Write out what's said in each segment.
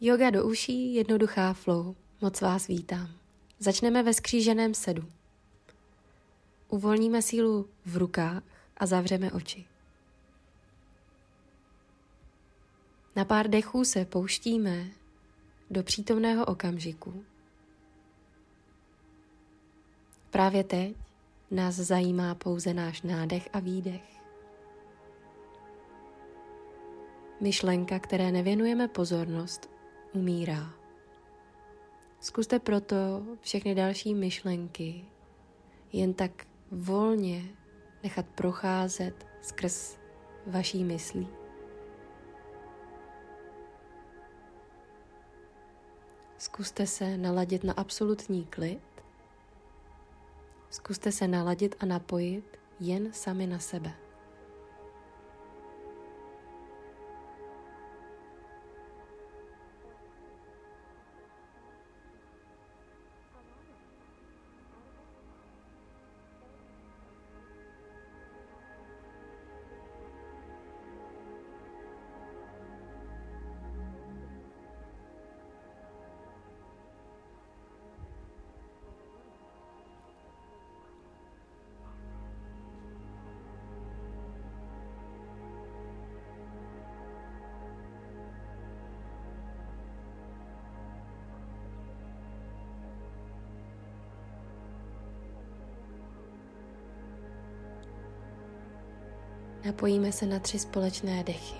Yoga do uší, jednoduchá flow. Moc vás vítám. Začneme ve skříženém sedu. Uvolníme sílu v rukách a zavřeme oči. Na pár dechů se pouštíme do přítomného okamžiku. Právě teď nás zajímá pouze náš nádech a výdech. Myšlenka, které nevěnujeme pozornost, umírá. Zkuste proto všechny další myšlenky jen tak volně nechat procházet skrz vaší myslí. Zkuste se naladit na absolutní klid. Zkuste se naladit a napojit jen sami na sebe. Napojíme se na 3 společné dechy.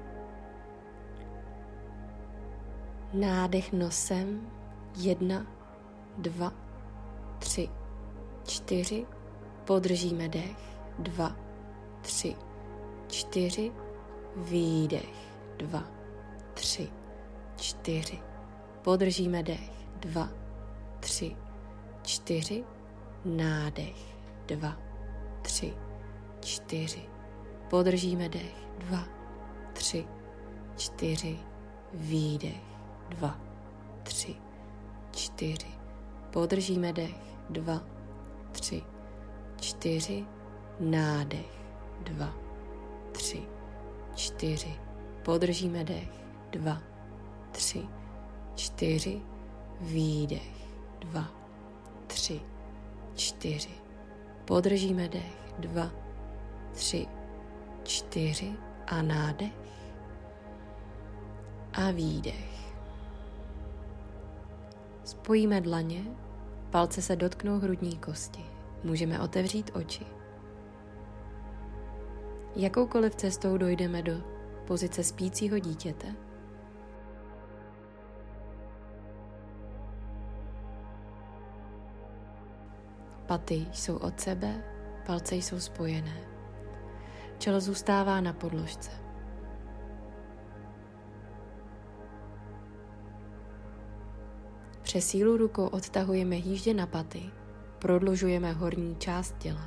Nádech nosem 1, 2, 3, 4. Podržíme dech 2, 3, 4. Výdech 2, 3, 4. Podržíme dech 2, 3, 4. Nádech 2, 3, 4. Podržíme dech 2, 3, 4. Výdech 2, 3, 4. Podržíme dech 2, 3, 4. Nádech 2, 3, 4. Podržíme dech 2, 3, 4. Výdech 2, 3, 4. Podržíme dech 2, 3, 4 a nádech a výdech. Spojíme dlaně, palce se dotknou hrudní kosti. Můžeme otevřít oči. Jakoukoliv cestou dojdeme do pozice spícího dítěte. Paty jsou od sebe, palce jsou spojené. Čelo zůstává na podložce. Přes sílu rukou odtahujeme hýždě na paty, prodlužujeme horní část těla.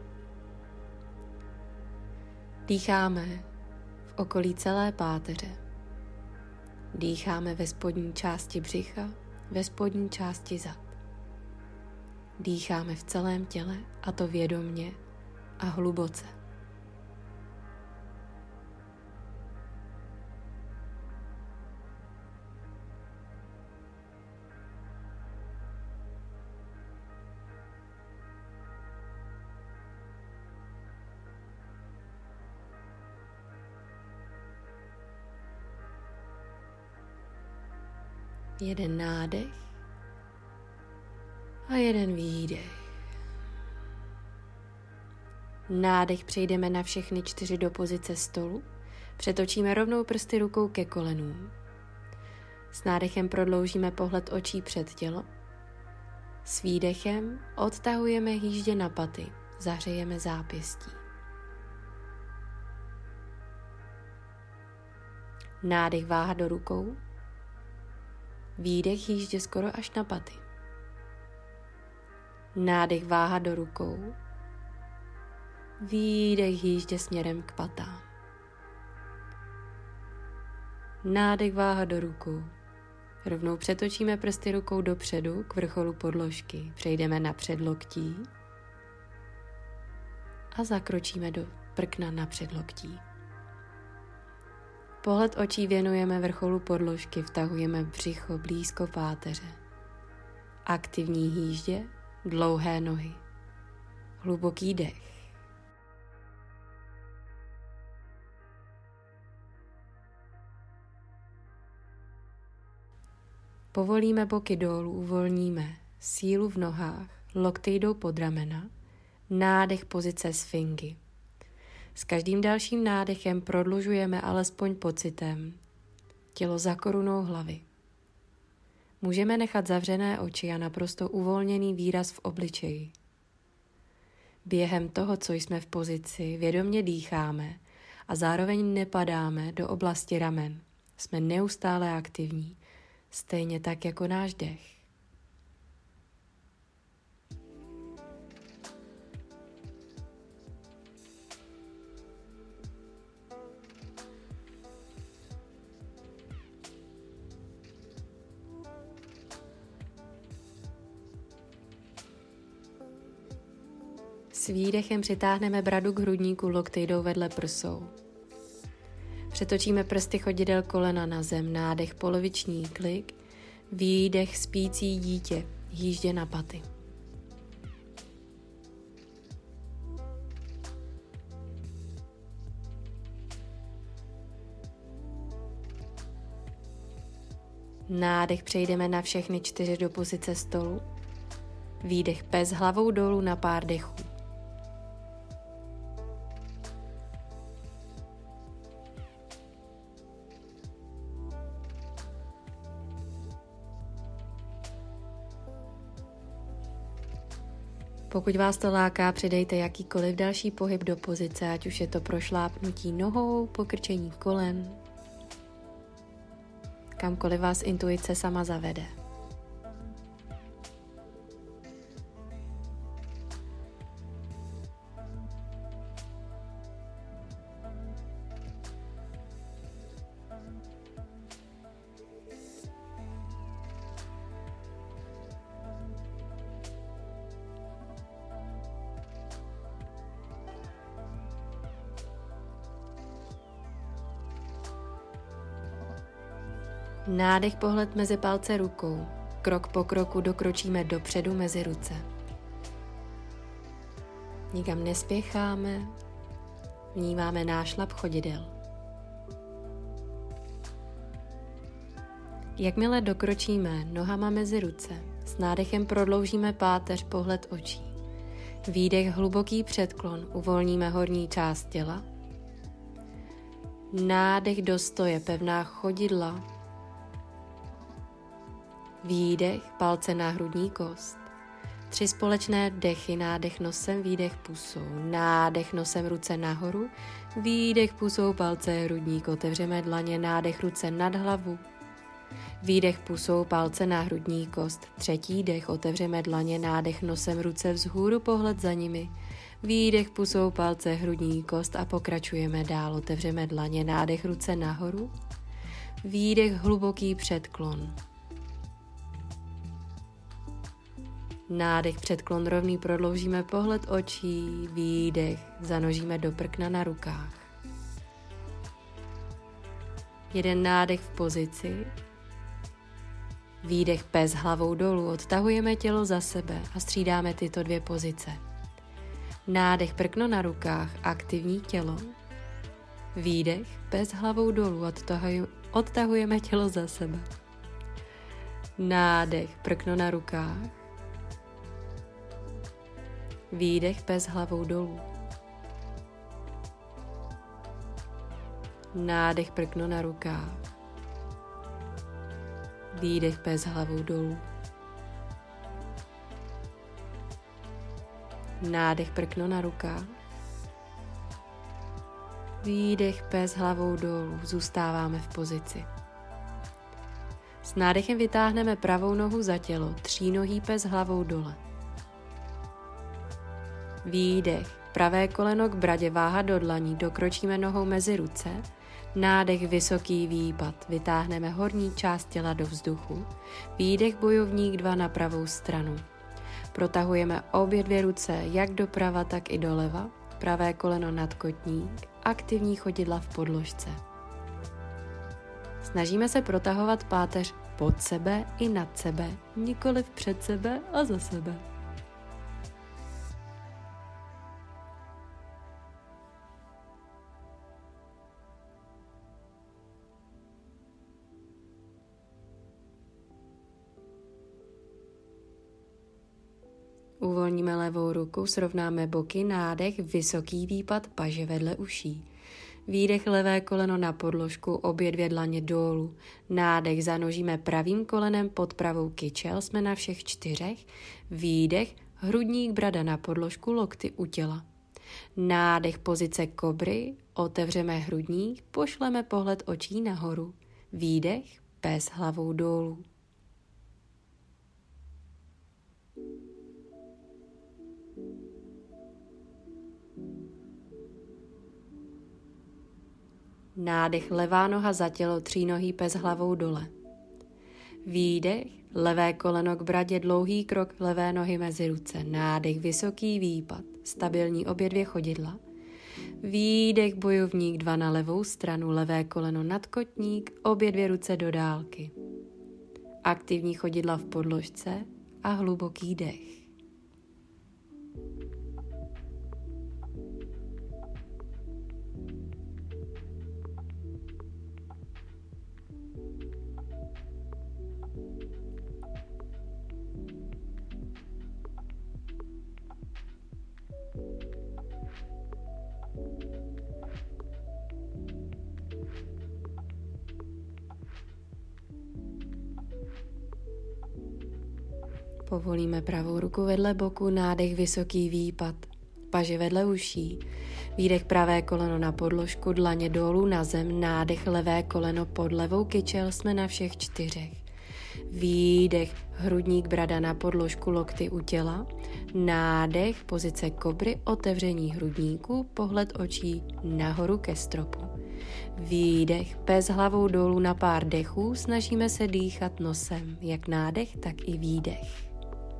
Dýcháme v okolí celé páteře. Dýcháme ve spodní části břicha, ve spodní části zad. Dýcháme v celém těle, a to vědomně a hluboce. Jeden nádech a jeden výdech. Nádech přejdeme na všechny 4 do pozice stolu. Přetočíme rovnou prsty rukou ke kolenům. S nádechem prodloužíme pohled očí před tělo. S výdechem odtahujeme hýždě na paty. Zahřejeme zápěstí. Nádech váha do rukou. Výdech hýždě skoro až na paty. Nádech váha do rukou. Výdech hýždě směrem k patám. Nádech váha do rukou. Rovnou přetočíme prsty rukou dopředu k vrcholu podložky. Přejdeme na předloktí a zakročíme do prkna na předloktí. Pohled očí věnujeme vrcholu podložky, vtahujeme břicho blízko páteře. Aktivní hýždě, dlouhé nohy. Hluboký dech. Povolíme boky dolů, uvolníme sílu v nohách, lokty jdou pod ramena, nádech pozice sfingy. S každým dalším nádechem prodlužujeme alespoň pocitem tělo za korunou hlavy. Můžeme nechat zavřené oči a naprosto uvolněný výraz v obličeji. Během toho, co jsme v pozici, vědomě dýcháme a zároveň nepadáme do oblasti ramen. Jsme neustále aktivní, stejně tak jako náš dech. S výdechem přitáhneme bradu k hrudníku, lokty jdou vedle prsou. Přetočíme prsty chodidel kolena na zem, nádech poloviční klik, výdech spící dítě, hýždě na paty. Nádech přejdeme na všechny 4 do pozice stolu, výdech pes hlavou dolů na pár dechů. Pokud vás to láká, přidejte jakýkoliv další pohyb do pozice, ať už je to prošlápnutí nohou, pokrčení kolen, kamkoliv vás intuice sama zavede. Nádech, pohled mezi palce rukou. Krok po kroku dokročíme dopředu mezi ruce. Nikam nespěcháme, vnímáme nášlap chodidel. Jakmile dokročíme nohama mezi ruce, s nádechem prodloužíme páteř, pohled očí. Výdech, hluboký předklon, uvolníme horní část těla. Nádech do stoje, pevná chodidla. Výdech, palce na hrudní kost. 3 společné dechy, nádech nosem, výdech pusou. Nádech nosem, ruce nahoru. Výdech pusou, palce, hrudník, otevřeme dlaně, nádech, ruce nad hlavu. Výdech pusou, palce na hrudní kost. 3. dech, otevřeme dlaně, nádech nosem, ruce vzhůru, pohled za nimi. Výdech pusou, palce, hrudní kost a pokračujeme dál, otevřeme dlaně, nádech, ruce nahoru. Výdech, hluboký předklon. Nádech, předklon rovný, prodloužíme pohled očí, výdech, zanožíme do prkna na rukách. 1 nádech v pozici, výdech pes hlavou dolů, odtahujeme tělo za sebe a střídáme tyto 2 pozice. Nádech, prkno na rukách, aktivní tělo, výdech pes hlavou dolů, odtahujeme tělo za sebe. Nádech, prkno na rukách, výdech pes hlavou dolů. Nádech, prkno na rukách. Výdech pes hlavou dolů. Nádech, prkno na rukách. Výdech pes hlavou dolů. Zůstáváme v pozici. S nádechem vytáhneme pravou nohu za tělo, 3nohý pes hlavou dole. Výdech, pravé koleno k bradě, váha do dlaní, dokročíme nohou mezi ruce, nádech, vysoký výpad, vytáhneme horní část těla do vzduchu, výdech, bojovník 2 na pravou stranu. Protahujeme obě 2 ruce, jak doprava, tak i doleva, pravé koleno nad kotník, aktivní chodidla v podložce. Snažíme se protahovat páteř pod sebe i nad sebe, nikoliv před sebe a za sebe. Uvolníme levou ruku, srovnáme boky, nádech, vysoký výpad, paže vedle uší. Výdech, levé koleno na podložku, obě dvě dlaně dolů. Nádech, zanožíme pravým kolenem pod pravou kyčel, jsme na všech 4. Výdech, hrudník, brada na podložku, lokty u těla. Nádech, pozice kobry, otevřeme hrudník, pošleme pohled očí nahoru. Výdech, pes hlavou dolů. Nádech, levá noha za tělo, třínohý pes hlavou dole. Výdech, levé koleno k bradě, dlouhý krok levé nohy mezi ruce. Nádech, vysoký výpad, stabilní obě dvě chodidla. Výdech, bojovník 2 na levou stranu, levé koleno nad kotník, obě dvě ruce do dálky. Aktivní chodidla v podložce a hluboký dech. Povolíme pravou ruku vedle boku, nádech, vysoký výpad, paže vedle uší. Výdech, pravé koleno na podložku, dlaně dolů na zem, nádech, levé koleno pod levou kyčel, jsme na všech 4. Výdech, hrudník, brada na podložku, lokty u těla. Nádech, pozice kobry, otevření hrudníku, pohled očí nahoru ke stropu. Výdech, pes hlavou dolů na pár dechů, snažíme se dýchat nosem, jak nádech, tak i výdech.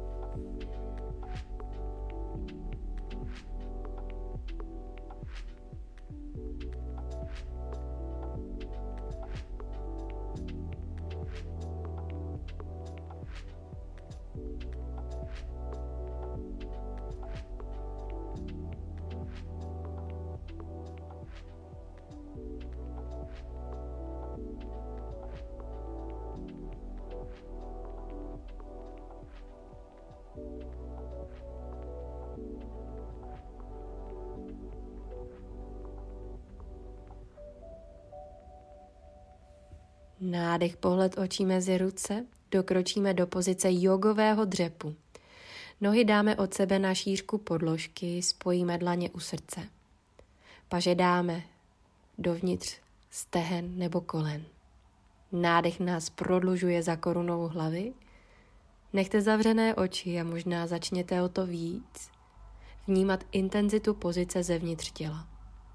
Nádech, pohled očí mezi ruce, dokročíme do pozice jogového dřepu. Nohy dáme od sebe na šířku podložky, spojíme dlaně u srdce. Paže dáme dovnitř stehen nebo kolen. Nádech nás prodlužuje za korunou hlavy. Nechte zavřené oči a možná začněte o to víc vnímat intenzitu pozice zevnitř těla.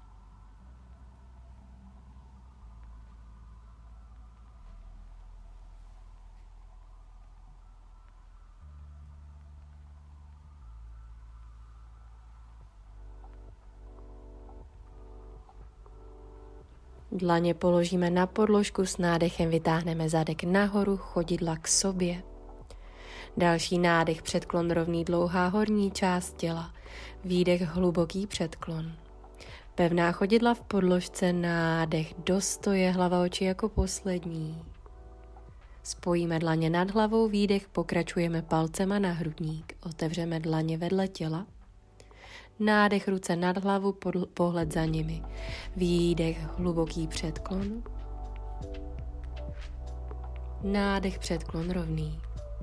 Dlaně položíme na podložku, s nádechem vytáhneme zadek nahoru, chodidla k sobě. Další nádech, předklon rovný, dlouhá horní část těla. Výdech, hluboký předklon. Pevná chodidla v podložce, nádech do stoje, hlava oči jako poslední. Spojíme dlaně nad hlavou, výdech, pokračujeme palcema na hrudník. Otevřeme dlaně vedle těla. Nádech, ruce nad hlavu, pohled za nimi. Výdech, hluboký předklon. Nádech, předklon rovný.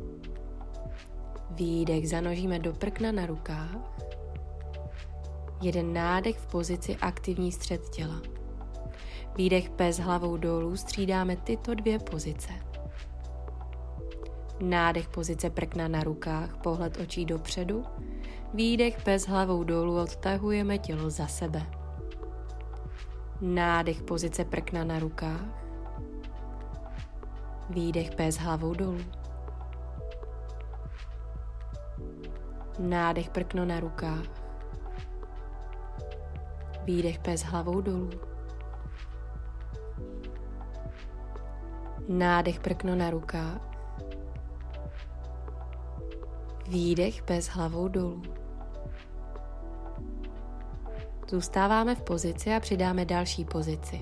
Výdech, zanožíme do prkna na rukách. Jeden nádech v pozici aktivní střed těla. Výdech, pes hlavou dolů, střídáme tyto 2 pozice. Nádech, pozice prkna na rukách, pohled očí dopředu. Výdech, pes hlavou dolů, odtahujeme tělo za sebe. Nádech, pozice prkna na rukách. Výdech, pes hlavou dolů. Nádech, prkno na rukách. Výdech, pes hlavou dolů. Nádech prkno na rukách. Výdech pes hlavou dolů. Zůstáváme v pozici a přidáme další pozici.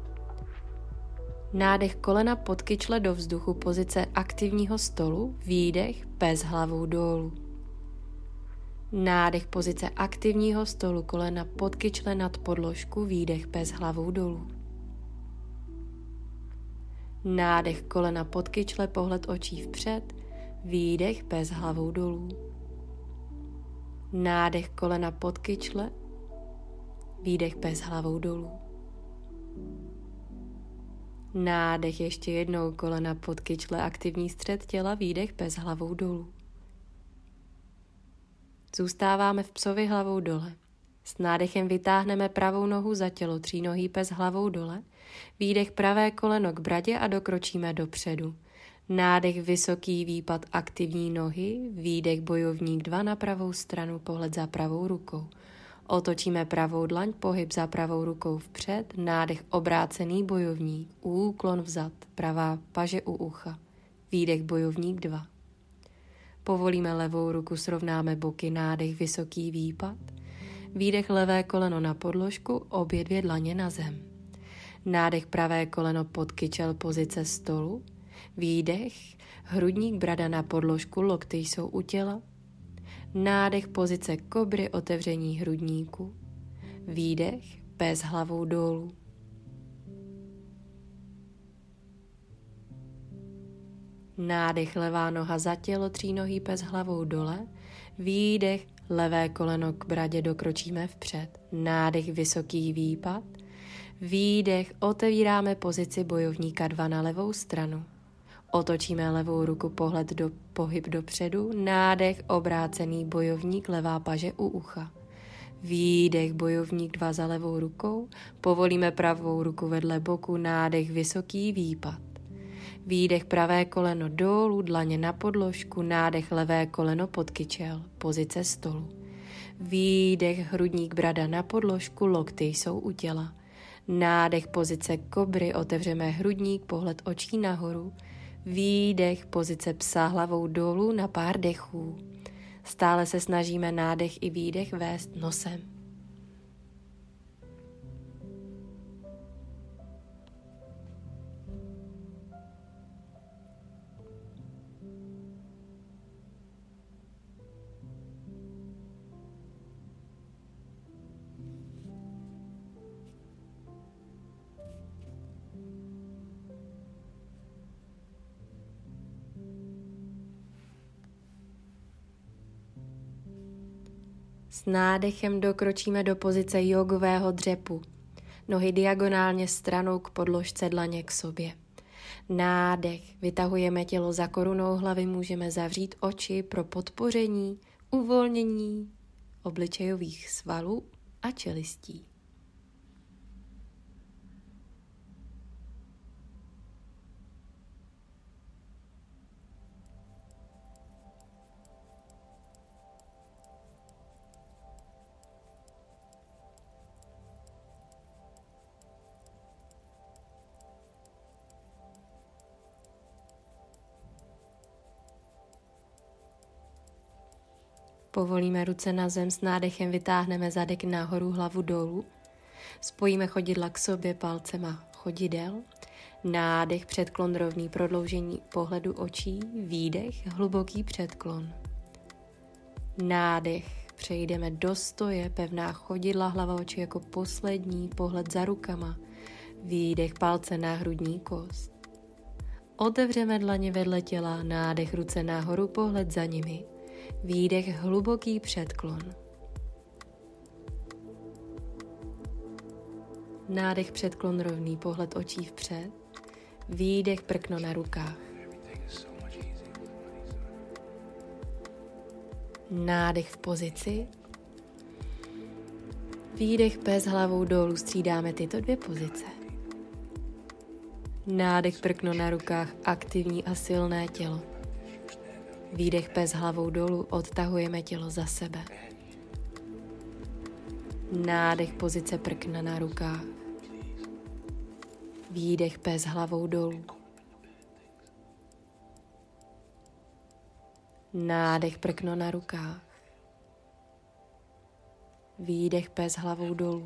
Nádech kolena pod kyčle do vzduchu, pozice aktivního stolu, výdech pes hlavou dolů. Nádech pozice aktivního stolu, kolena pod kyčle nad podložku, výdech pes hlavou dolů. Nádech kolena pod kyčle, pohled očí vpřed, výdech pes hlavou dolů. Nádech kolena pod kyčle, výdech pes hlavou dolů. Nádech ještě jednou, kolena pod kyčle, aktivní střed těla, výdech pes hlavou dolů. Zůstáváme v psovi hlavou dole. S nádechem vytáhneme pravou nohu za tělo, třínohý pes hlavou dole, výdech pravé koleno k bradě a dokročíme dopředu. Nádech vysoký výpad aktivní nohy, výdech bojovník 2 na pravou stranu, pohled za pravou rukou. Otočíme pravou dlaň, pohyb za pravou rukou vpřed, nádech obrácený bojovník, úklon vzad, pravá paže u ucha, výdech bojovník 2. Povolíme levou ruku, srovnáme boky, nádech vysoký výpad, výdech levé koleno na podložku, obě dvě dlaně na zem. Nádech pravé koleno pod kyčel, pozice stolu, výdech, hrudník, brada na podložku, lokty jsou u těla. Nádech, pozice kobry, otevření hrudníku. Výdech, pes hlavou dolů. Nádech, levá noha za tělo, třínohý pes hlavou dole. Výdech, levé koleno k bradě, dokročíme vpřed. Nádech, vysoký výpad. Výdech, otevíráme pozici bojovníka 2 na levou stranu. Otočíme levou ruku, pohyb dopředu, nádech, obrácený bojovník, levá paže u ucha. Výdech, bojovník 2 za levou rukou, povolíme pravou ruku vedle boku, nádech, vysoký výpad. Výdech, pravé koleno dolů, dlaně na podložku, nádech, levé koleno pod kyčel, pozice stolu. Výdech, hrudník, brada na podložku, lokty jsou u těla. Nádech, pozice kobry, otevřeme hrudník, pohled očí nahoru. Výdech, pozice psa hlavou dolů na pár dechů. Stále se snažíme nádech i výdech vést nosem. S nádechem dokročíme do pozice jogového dřepu. Nohy diagonálně stranou k podložce, dlaně k sobě. Nádech, vytahujeme tělo za korunou hlavy, můžeme zavřít oči pro podpoření, uvolnění obličejových svalů a čelistí. Povolíme ruce na zem, s nádechem vytáhneme zadek nahoru, hlavu dolů. Spojíme chodidla k sobě palcema chodidel. Nádech, předklon rovný, prodloužení pohledu očí, výdech, hluboký předklon. Nádech, přejdeme do stoje, pevná chodidla, hlava oči jako poslední, pohled za rukama. Výdech, palce na hrudní kost. Otevřeme dlaně vedle těla, nádech, ruce nahoru, pohled za nimi. Výdech, hluboký předklon. Nádech, předklon rovný, pohled očí vpřed. Výdech, prkno na rukách. Nádech v pozici. Výdech, pes hlavou dolů, střídáme tyto dvě pozice. Nádech, prkno na rukách, aktivní a silné tělo. Výdech, pes hlavou dolů, odtahujeme tělo za sebe. Nádech, pozice prkna na rukách. Výdech, pes hlavou dolů. Nádech prkno na rukách. Výdech pes hlavou dolů.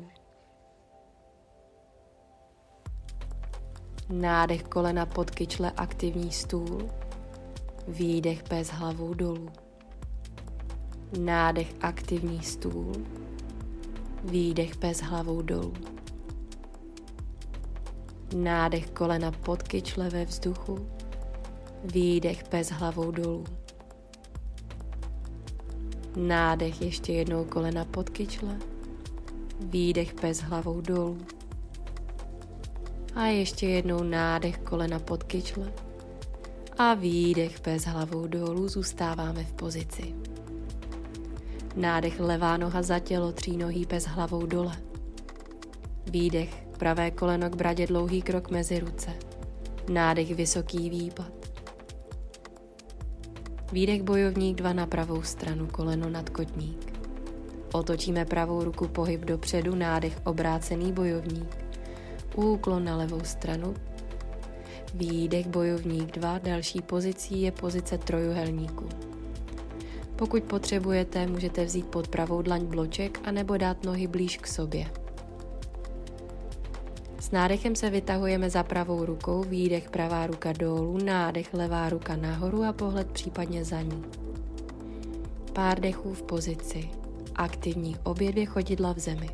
Nádech kolena pod kyčle, aktivní stůl. Výdech pes hlavou dolů. Nádech aktivní stůl. Výdech pes hlavou dolů. Nádech kolena pod kyčle ve vzduchu. Výdech pes hlavou dolů. Nádech ještě jednou kolena pod kyčle. Výdech pes hlavou dolů. A ještě jednou nádech kolena pod kyčle. A výdech pes hlavou dolů, zůstáváme v pozici. Nádech levá noha za tělo, třínohý pes hlavou dole. Výdech pravé koleno k bradě, dlouhý krok mezi ruce. Nádech vysoký výpad. Výdech bojovník 2 na pravou stranu, koleno nad kotník. Otočíme pravou ruku, pohyb dopředu, nádech obrácený bojovník. Úklon na levou stranu. Výdech bojovník 2, další pozicí je pozice trojuhelníku. Pokud potřebujete, můžete vzít pod pravou dlaň bloček anebo dát nohy blíž k sobě. S nádechem se vytahujeme za pravou rukou, výdech pravá ruka dolů, nádech levá ruka nahoru a pohled případně za ní. Pár dechů v pozici. Aktivní obě 2 chodidla v zemi.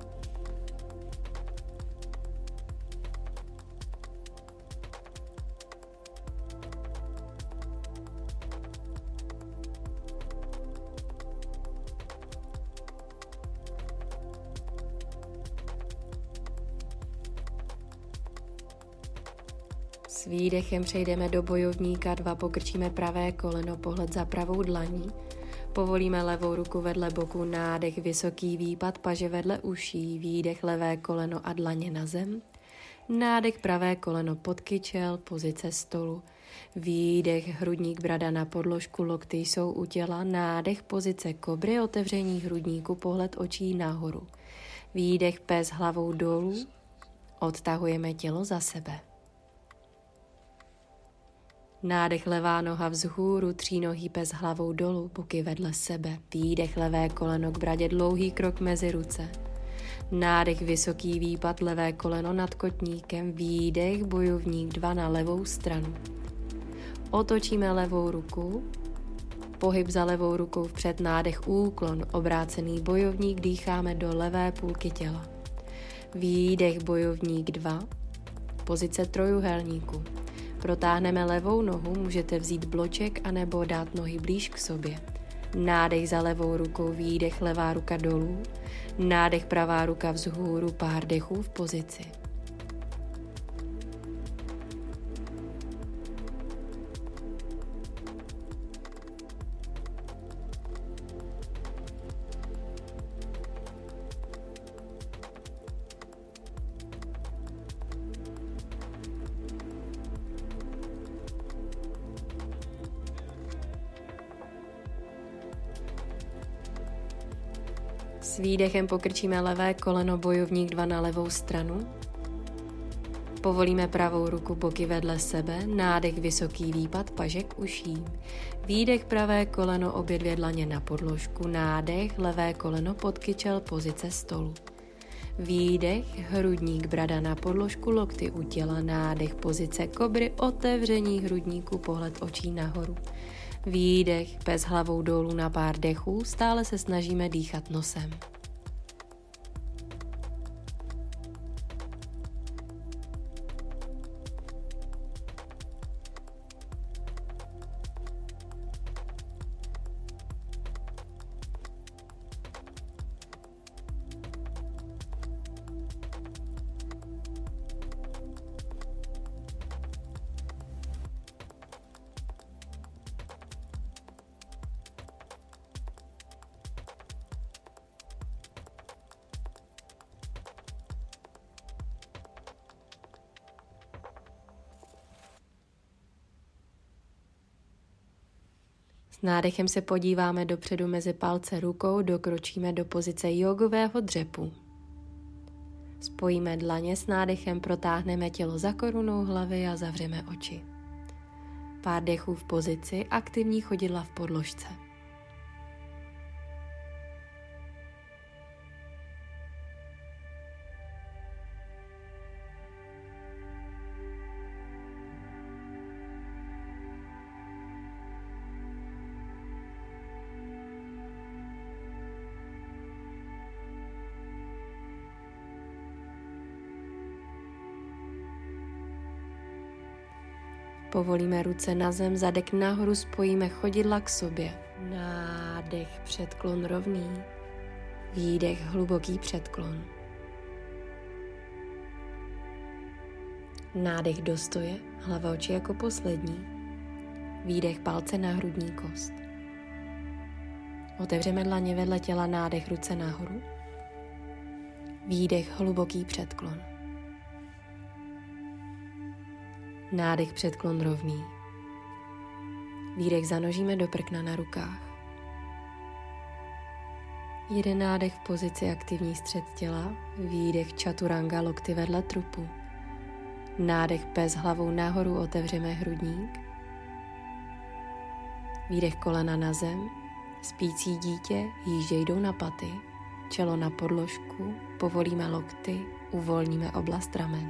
S výdechem přejdeme do bojovníka 2, pokrčíme pravé koleno, pohled za pravou dlaní. Povolíme levou ruku vedle boku, nádech vysoký výpad, paže vedle uší, výdech levé koleno a dlaně na zem. Nádech pravé koleno pod kyčel, pozice stolu. Výdech hrudník, brada na podložku, lokty jsou u těla, nádech pozice kobry, otevření hrudníku, pohled očí nahoru. Výdech pes hlavou dolů, odtahujeme tělo za sebe. Nádech levá noha vzhůru, třínohý pes hlavou dolů, boky vedle sebe. Výdech levé koleno k bradě, dlouhý krok mezi ruce. Nádech vysoký výpad, levé koleno nad kotníkem. Výdech bojovník 2 na levou stranu. Otočíme levou ruku. Pohyb za levou rukou vpřed, nádech úklon, obrácený bojovník, dýcháme do levé půlky těla. Výdech bojovník 2, pozice trojuhelníku. Protáhneme levou nohu, můžete vzít bloček anebo dát nohy blíž k sobě. Nádech za levou rukou, výdech levá ruka dolů. Nádech pravá ruka vzhůru, pár dechů v pozici. S výdechem pokrčíme levé koleno, bojovník 2 na levou stranu. Povolíme pravou ruku, boky vedle sebe, nádech vysoký výpad, paže k uším. Výdech pravé koleno, obě 2 dlaně na podložku, nádech levé koleno pod kyčel, pozice stolu. Výdech, hrudník, brada na podložku, lokty u těla, nádech, pozice kobry, otevření hrudníku, pohled očí nahoru. Výdech, pes hlavou dolů na pár dechů, stále se snažíme dýchat nosem. S nádechem se podíváme dopředu mezi palce rukou, dokročíme do pozice jogového dřepu. Spojíme dlaně s nádechem, protáhneme tělo za korunou hlavy a zavřeme oči. Pár dechů v pozici, aktivní chodidla v podložce. Povolíme ruce na zem, zadek nahoru, spojíme chodidla k sobě. Nádech, předklon rovný. Výdech, hluboký předklon. Nádech do stoje, hlava oči jako poslední. Výdech, palce na hrudní kost. Otevřeme dlaně vedle těla, nádech, ruce nahoru. Výdech, hluboký předklon. Nádech, předklon rovný. Výdech, zanožíme do prkna na rukách. Jeden nádech v pozici aktivní střed těla. Výdech, čaturanga, lokty vedle trupu. Nádech, pes, hlavou nahoru, otevřeme hrudník. Výdech, kolena na zem. Spící dítě, jížděj jdou na paty. Čelo na podložku, povolíme lokty, uvolníme oblast ramen.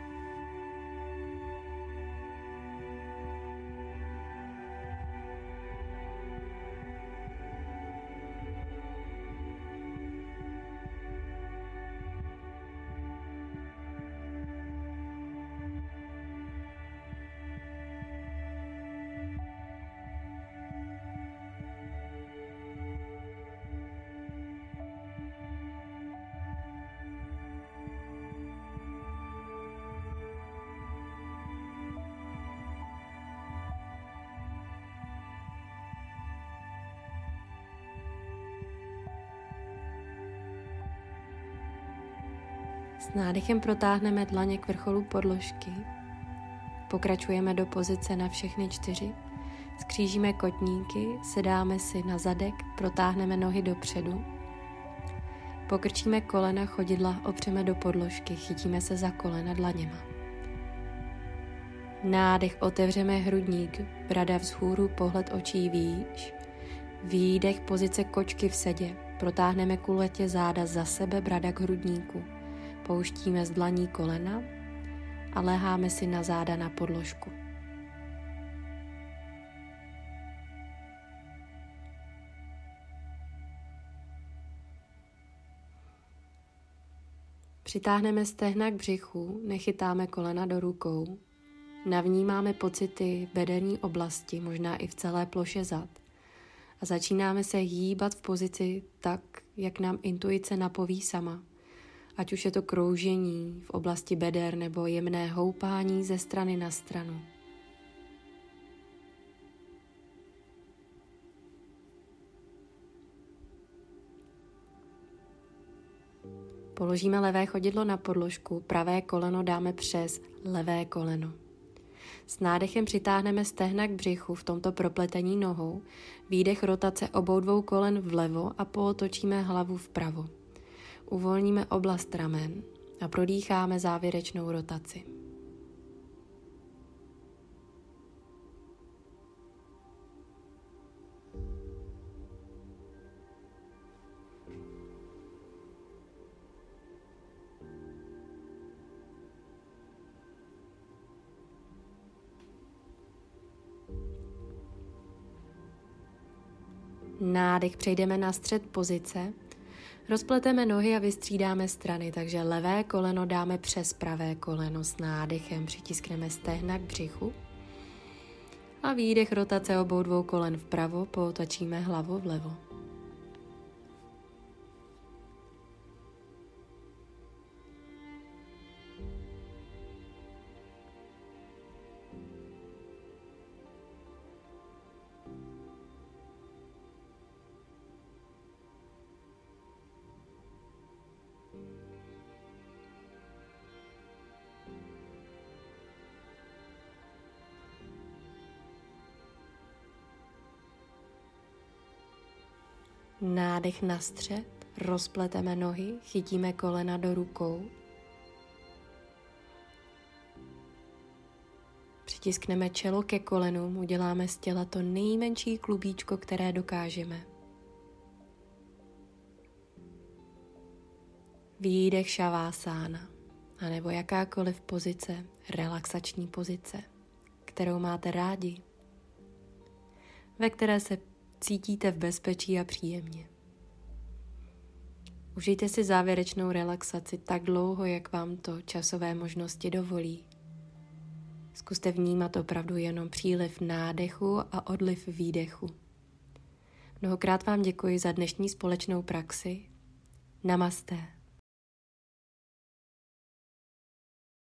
S nádechem protáhneme dlaně k vrcholu podložky. Pokračujeme do pozice na všechny 4. Skřížíme kotníky, sedáme si na zadek, protáhneme nohy dopředu. Pokrčíme kolena, chodidla opřeme do podložky, chytíme se za kolena dlaněma. Nádech, otevřeme hrudník, brada vzhůru, pohled očí výš. Výdech, pozice kočky v sedě, protáhneme kulatě záda za sebe, brada k hrudníku. Pouštíme z dlaní kolena a leháme si na záda na podložku. Přitáhneme stehna k břichu, nechytáme kolena do rukou. Navnímáme pocity v bederní oblasti, možná i v celé ploše zad. A začínáme se hýbat v pozici tak, jak nám intuice napoví sama. Ať už je to kroužení v oblasti beder nebo jemné houpání ze strany na stranu. Položíme levé chodidlo na podložku, pravé koleno dáme přes levé koleno. S nádechem přitáhneme stehna k břichu v tomto propletení nohou, výdech rotace obou dvou kolen vlevo a pootočíme hlavu vpravo. Uvolníme oblast ramen a prodýcháme závěrečnou rotaci. Nádech, přejdeme na střed pozice. Rozpleteme nohy a vystřídáme strany, takže levé koleno dáme přes pravé koleno. S nádechem přitiskneme stehna k břichu. A výdech, rotace obou dvou kolen vpravo, pootočíme hlavu vlevo. Nádech na střed, rozpleteme nohy, chytíme kolena do rukou. Přitiskneme čelo ke kolenům, uděláme z těla to nejmenší klubíčko, které dokážeme. Výdech šavásána, anebo jakákoliv pozice, relaxační pozice, kterou máte rádi, ve které se cítíte v bezpečí a příjemně. Užijte si závěrečnou relaxaci tak dlouho, jak vám to časové možnosti dovolí. Zkuste vnímat opravdu jenom příliv nádechu a odliv výdechu. Mnohokrát vám děkuji za dnešní společnou praxi. Namaste.